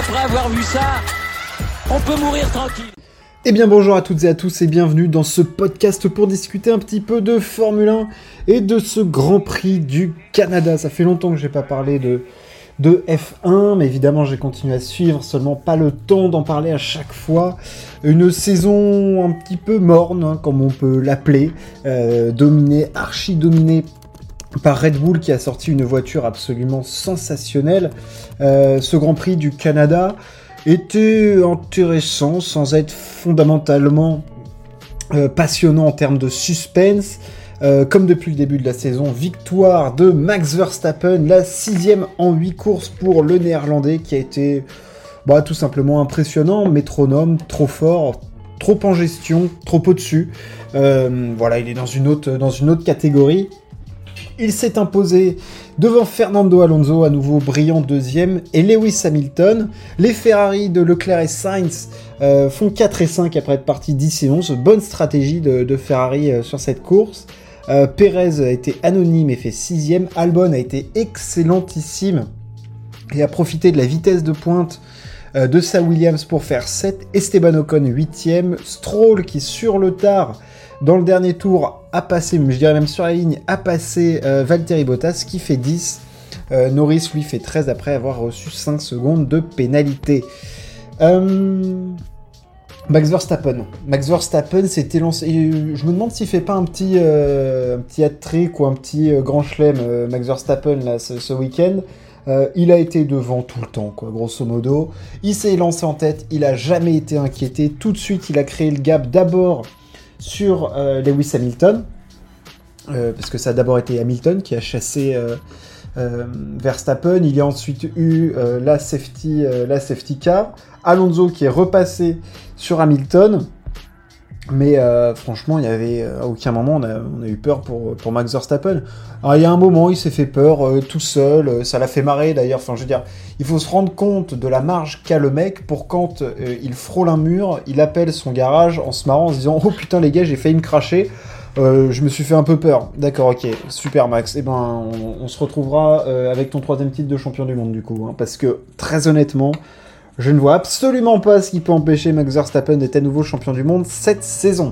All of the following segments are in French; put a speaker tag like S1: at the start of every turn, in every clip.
S1: après avoir vu ça, on peut mourir tranquille.
S2: Eh bien bonjour à toutes et à tous et bienvenue dans ce podcast pour discuter un petit peu de Formule 1 et de ce Grand Prix du Canada. Ça fait longtemps que j'ai pas parlé de F1, mais évidemment j'ai continué à suivre, seulement pas le temps d'en parler à chaque fois. Une saison un petit peu morne, hein, comme on peut l'appeler, archi-dominée par Red Bull qui a sorti une voiture absolument sensationnelle. Ce Grand Prix du Canada était intéressant sans être fondamentalement passionnant en termes de suspense. Comme depuis le début de la saison, victoire de Max Verstappen, la 6e en 8 courses pour le Néerlandais qui a été tout simplement impressionnant, métronome, trop fort, trop en gestion, trop au-dessus. Il est dans une autre catégorie. Il s'est imposé devant Fernando Alonso, à nouveau brillant deuxième, et Lewis Hamilton. Les Ferrari de Leclerc et Sainz font 4 et 5 après être partis 10 et 11. Bonne stratégie de Ferrari sur cette course. Perez a été anonyme et fait 6ème. Albon a été excellentissime et a profité de la vitesse de pointe de sa Williams pour faire 7. Esteban Ocon 8ème. Stroll qui sur le tard, dans le dernier tour, a passé, je dirais même sur la ligne, a passé Valtteri Bottas qui fait 10. Norris lui fait 13 après avoir reçu 5 secondes de pénalité. Max Verstappen s'était lancé. Je me demande s'il fait pas un petit hat-trick ou un petit grand chelem, Max Verstappen là, ce week-end. Il a été devant tout le temps, quoi, grosso modo. Il s'est lancé en tête, il a jamais été inquiété. Tout de suite, il a créé le gap d'abord sur Lewis Hamilton, parce que ça a d'abord été Hamilton qui a chassé Verstappen. Il y a ensuite eu la safety car. Alonso qui est repassé sur Hamilton, mais franchement, il y avait à aucun moment on a eu peur pour Max Verstappen. Alors, il y a un moment, il s'est fait peur tout seul, ça l'a fait marrer d'ailleurs. Enfin, je veux dire, il faut se rendre compte de la marge qu'a le mec pour quand il frôle un mur, il appelle son garage en se marrant, en se disant « Oh putain les gars, j'ai failli me cracher, je me suis fait un peu peur. » D'accord, ok, super Max. Eh ben, on se retrouvera avec ton 3e titre de champion du monde du coup, hein, parce que très honnêtement, je ne vois absolument pas ce qui peut empêcher Max Verstappen d'être à nouveau champion du monde cette saison.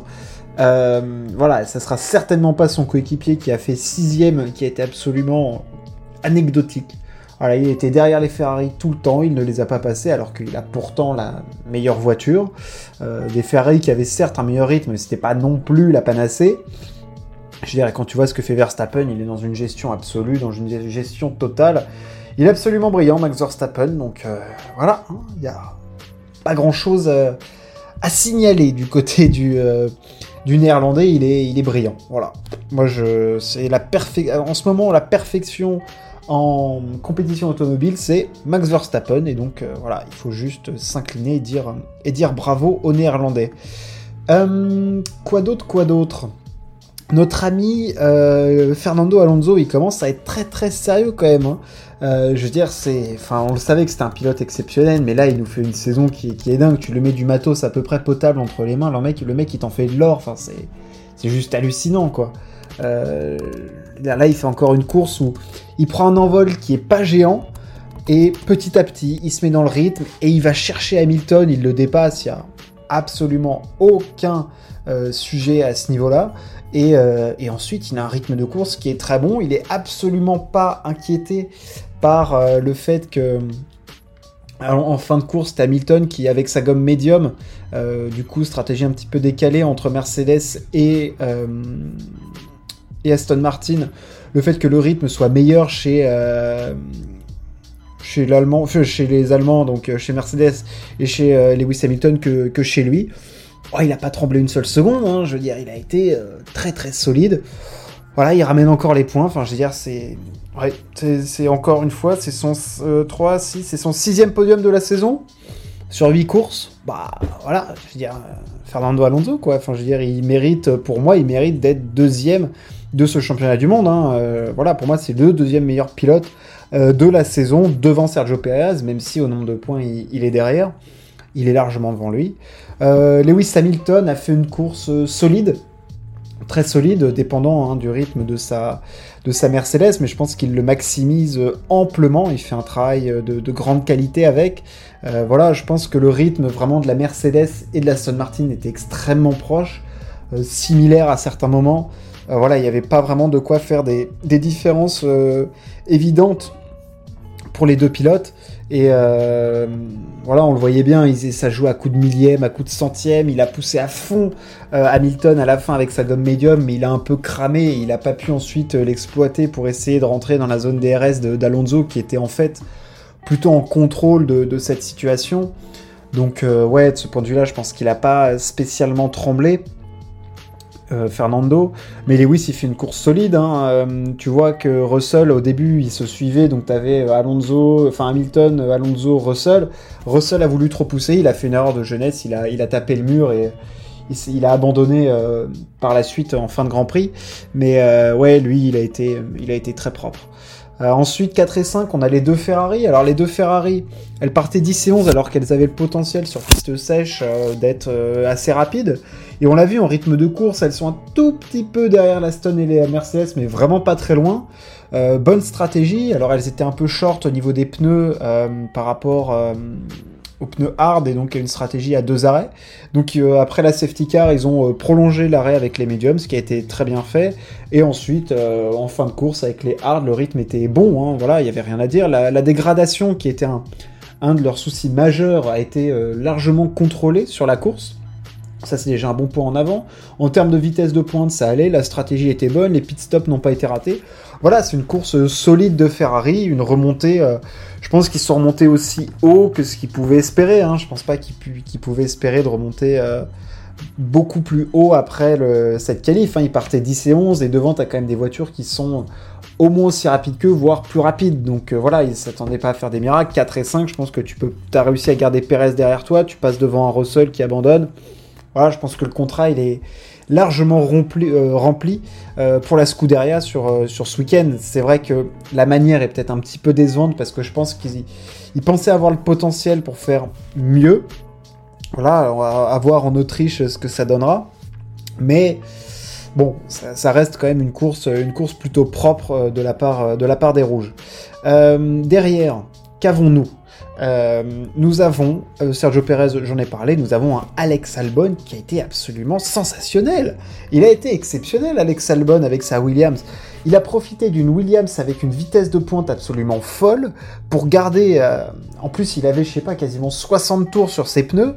S2: Ça sera certainement pas son coéquipier qui a fait 6ème, qui a été absolument anecdotique. Voilà, il était derrière les Ferrari tout le temps, il ne les a pas passés alors qu'il a pourtant la meilleure voiture. Des Ferrari qui avaient certes un meilleur rythme, mais c'était pas non plus la panacée. Je dirais, quand tu vois ce que fait Verstappen, il est dans une gestion absolue, dans une gestion totale. Il est absolument brillant, Max Verstappen, donc il n'y a pas grand-chose à signaler du côté du Néerlandais, il est brillant, voilà. Moi, c'est en ce moment, la perfection en compétition automobile, c'est Max Verstappen, et donc il faut juste s'incliner et dire bravo aux Néerlandais. Quoi d'autre ? Notre ami Fernando Alonso, il commence à être très très sérieux quand même, hein. Je veux dire, on le savait que c'était un pilote exceptionnel, mais là, il nous fait une saison qui est dingue. Tu lui mets du matos à peu près potable entre les mains, le mec, il t'en fait de l'or. Enfin, c'est juste hallucinant, quoi. Là, il fait encore une course où il prend un envol qui est pas géant, et petit à petit, il se met dans le rythme, et il va chercher Hamilton, il le dépasse, il y a absolument aucun sujet à ce niveau-là. Et ensuite, il a un rythme de course qui est très bon. Il est absolument pas inquiété par le fait que, en fin de course, c'est Hamilton qui, avec sa gomme médium, du coup, stratégie un petit peu décalée entre Mercedes et Aston Martin, le fait que le rythme soit meilleur chez les Allemands, donc chez Mercedes et chez Lewis Hamilton que chez lui. Oh, il n'a pas tremblé une seule seconde, hein, je veux dire, il a été très très solide. Voilà, il ramène encore les points, enfin je veux dire, c'est encore une fois, c'est son 6e podium de la saison, sur 8 courses. Je veux dire, Fernando Alonso, quoi, enfin je veux dire, il mérite d'être 2e de ce championnat du monde, hein. Pour moi, c'est le 2e meilleur pilote de la saison, devant Sergio Pérez, même si au nombre de points, il est derrière. Il est largement devant lui. Lewis Hamilton a fait une course solide. très solide, dépendant du rythme de sa Mercedes, mais je pense qu'il le maximise amplement, il fait un travail de grande qualité avec. Voilà, je pense que le rythme vraiment de la Mercedes et de la Aston Martin était extrêmement proche, similaire à certains moments. Voilà, il n'y avait pas vraiment de quoi faire des différences évidentes pour les deux pilotes. Et voilà, on le voyait bien, ça joue à coup de millième, à coup de centième. Il a poussé à fond Hamilton à la fin avec sa gomme médium, mais il a un peu cramé. Et il n'a pas pu ensuite l'exploiter pour essayer de rentrer dans la zone DRS d'Alonso, qui était en fait plutôt en contrôle de cette situation. Donc ouais, de ce point de vue-là, je pense qu'il n'a pas spécialement tremblé. Fernando, mais Lewis il fait une course solide, tu vois que Russell au début il se suivait, donc t'avais Hamilton, Alonso, Russell a voulu trop pousser, il a fait une erreur de jeunesse, il a tapé le mur et il a abandonné par la suite en fin de Grand Prix, mais ouais lui il a été très propre. Ensuite 4 et 5 on a les deux Ferrari. Alors les deux Ferrari elles partaient 10 et 11 alors qu'elles avaient le potentiel sur piste sèche d'être assez rapides, et on l'a vu en rythme de course, elles sont un tout petit peu derrière l'Aston et les Mercedes, mais vraiment pas très loin. Bonne stratégie, alors elles étaient un peu short au niveau des pneus par rapport aux pneus hard, et donc il y a une stratégie à 2 arrêts. Donc après la safety car, ils ont prolongé l'arrêt avec les mediums, ce qui a été très bien fait, et ensuite en fin de course avec les hard, le rythme était bon, voilà, il n'y avait rien à dire. La dégradation, qui était un de leurs soucis majeurs, a été largement contrôlée sur la course. Ça, c'est déjà un bon point en avant. En termes de vitesse de pointe, ça allait, la stratégie était bonne, les pit stops n'ont pas été ratés. Voilà, c'est une course solide de Ferrari, une remontée, je pense qu'ils sont remontés aussi haut que ce qu'ils pouvaient espérer, je pense pas qu'ils pouvaient espérer de remonter beaucoup plus haut après cette qualif, ils partaient 10 et 11, et devant, t'as quand même des voitures qui sont au moins aussi rapides qu'eux, voire plus rapides, donc voilà, ils s'attendaient pas à faire des miracles. 4 et 5, je pense que t'as réussi à garder Perez derrière toi, tu passes devant un Russell qui abandonne. Voilà, je pense que le contrat, il est largement rempli pour la Scuderia sur ce week-end. C'est vrai que la manière est peut-être un petit peu décevante, parce que je pense qu'ils pensaient avoir le potentiel pour faire mieux. Voilà, on va voir en Autriche ce que ça donnera. Mais bon, ça reste quand même une course plutôt propre de la part des Rouges. Derrière, qu'avons-nous ? Nous avons Sergio Pérez, j'en ai parlé, nous avons un Alex Albon qui a été absolument sensationnel. Il a été exceptionnel, Alex Albon, avec sa Williams. Il a profité d'une Williams avec une vitesse de pointe absolument folle pour garder, en plus il avait, je sais pas, quasiment 60 tours sur ses pneus,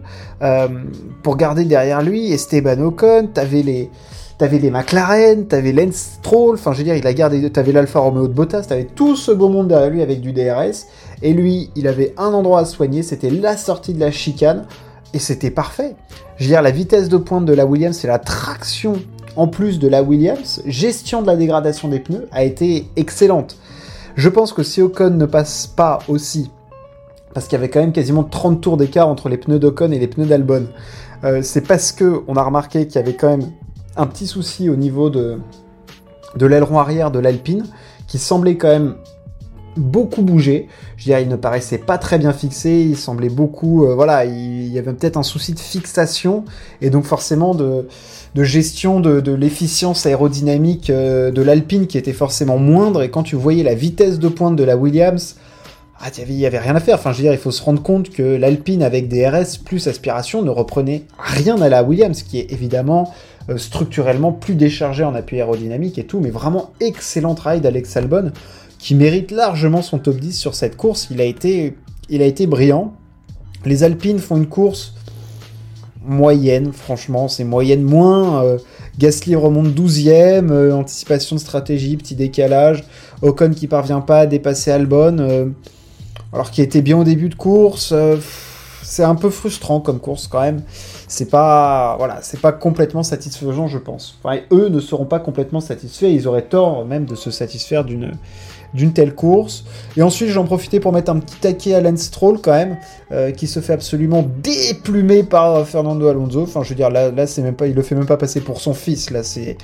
S2: pour garder derrière lui Esteban Ocon, t'avais les McLaren, t'avais Lance Stroll, enfin je veux dire, il a gardé, t'avais l'Alfa Romeo de Bottas, t'avais tout ce beau monde derrière lui avec du DRS, et lui, il avait un endroit à soigner, c'était la sortie de la chicane, et c'était parfait. Je veux dire, la vitesse de pointe de la Williams et la traction en plus de la Williams, gestion de la dégradation des pneus, a été excellente. Je pense que si Ocon ne passe pas aussi, parce qu'il y avait quand même quasiment 30 tours d'écart entre les pneus d'Ocon et les pneus d'Albon, c'est parce qu'on a remarqué qu'il y avait quand même un petit souci au niveau de l'aileron arrière de l'Alpine, qui semblait quand même beaucoup bouger. Je veux dire, il ne paraissait pas très bien fixé, il semblait beaucoup... il y avait peut-être un souci de fixation, et donc forcément de gestion de l'efficience aérodynamique de l'Alpine, qui était forcément moindre, et quand tu voyais la vitesse de pointe de la Williams, il y avait rien à faire. Enfin, je veux dire, il faut se rendre compte que l'Alpine avec des RS plus aspiration ne reprenait rien à la Williams, qui est évidemment structurellement plus déchargée en appui aérodynamique et tout, mais vraiment excellent travail d'Alex Albon, qui mérite largement son top 10 sur cette course. Il a été brillant. Les Alpines font une course moyenne, franchement, c'est moyenne moins. Gasly remonte 12ème, anticipation de stratégie, petit décalage. Ocon qui parvient pas à dépasser Albon, alors qu'il était bien au début de course. C'est un peu frustrant comme course quand même. C'est pas complètement satisfaisant, je pense. Enfin, eux ne seront pas complètement satisfaits. Ils auraient tort même de se satisfaire d'une telle course. Et ensuite, j'en profitais pour mettre un petit taquet à Lance Stroll quand même, qui se fait absolument déplumer par Fernando Alonso. Enfin, je veux dire, là c'est même pas, il le fait même pas passer pour son fils. Là, c'est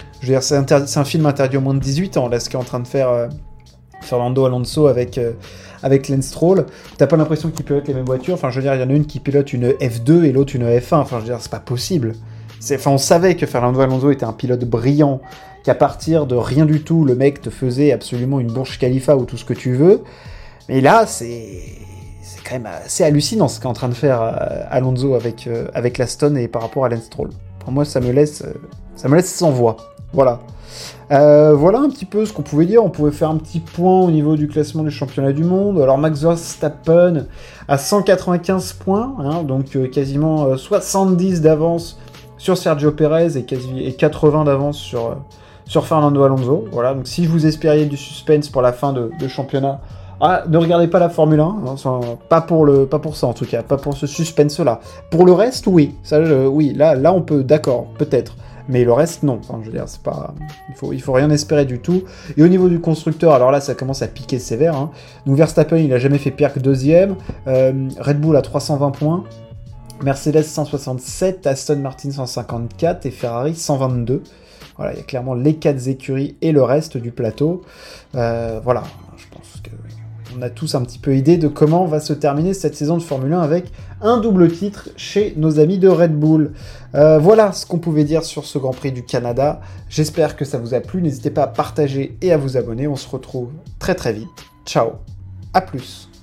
S2: un film interdit aux moins de 18 ans. Là, ce qu'est en train de faire Fernando Alonso avec Lance Stroll. T'as pas l'impression qu'ils pilotent les mêmes voitures. Enfin, je veux dire, il y en a une qui pilote une F2 et l'autre une F1. Enfin, je veux dire, c'est pas possible. on savait que Fernando Alonso était un pilote brillant, qu'à partir de rien du tout, le mec te faisait absolument une Burj Khalifa ou tout ce que tu veux. Mais là, c'est quand même assez hallucinant ce qu'est en train de faire Alonso avec l'Aston et par rapport à Lance Stroll. Pour moi, ça me laisse sans voix. Voilà. Voilà un petit peu ce qu'on pouvait dire. On pouvait faire un petit point au niveau du classement du championnat du monde. Alors Max Verstappen à 195 points, hein, donc quasiment 70 d'avance sur Sergio Perez et 80 d'avance sur Fernando Alonso. Voilà, donc si vous espériez du suspense pour la fin de championnat, ne regardez pas la Formule 1, hein, pas pour ça en tout cas, pas pour ce suspense-là. Pour le reste, oui, oui, là on peut, d'accord, peut-être. Mais le reste, non. Enfin, je veux dire, c'est pas... Il faut rien espérer du tout. Et au niveau du constructeur, alors là, ça commence à piquer sévère. Hein. Donc Verstappen, il a jamais fait pire que deuxième. Red Bull à 320 points. Mercedes 167, Aston Martin 154 et Ferrari 122. Voilà, il y a clairement les 4 écuries et le reste du plateau. Voilà, je pense qu'on a tous un petit peu idée de comment va se terminer cette saison de Formule 1 avec un double titre chez nos amis de Red Bull. Voilà ce qu'on pouvait dire sur ce Grand Prix du Canada. J'espère que ça vous a plu. N'hésitez pas à partager et à vous abonner. On se retrouve très très vite. Ciao, à plus.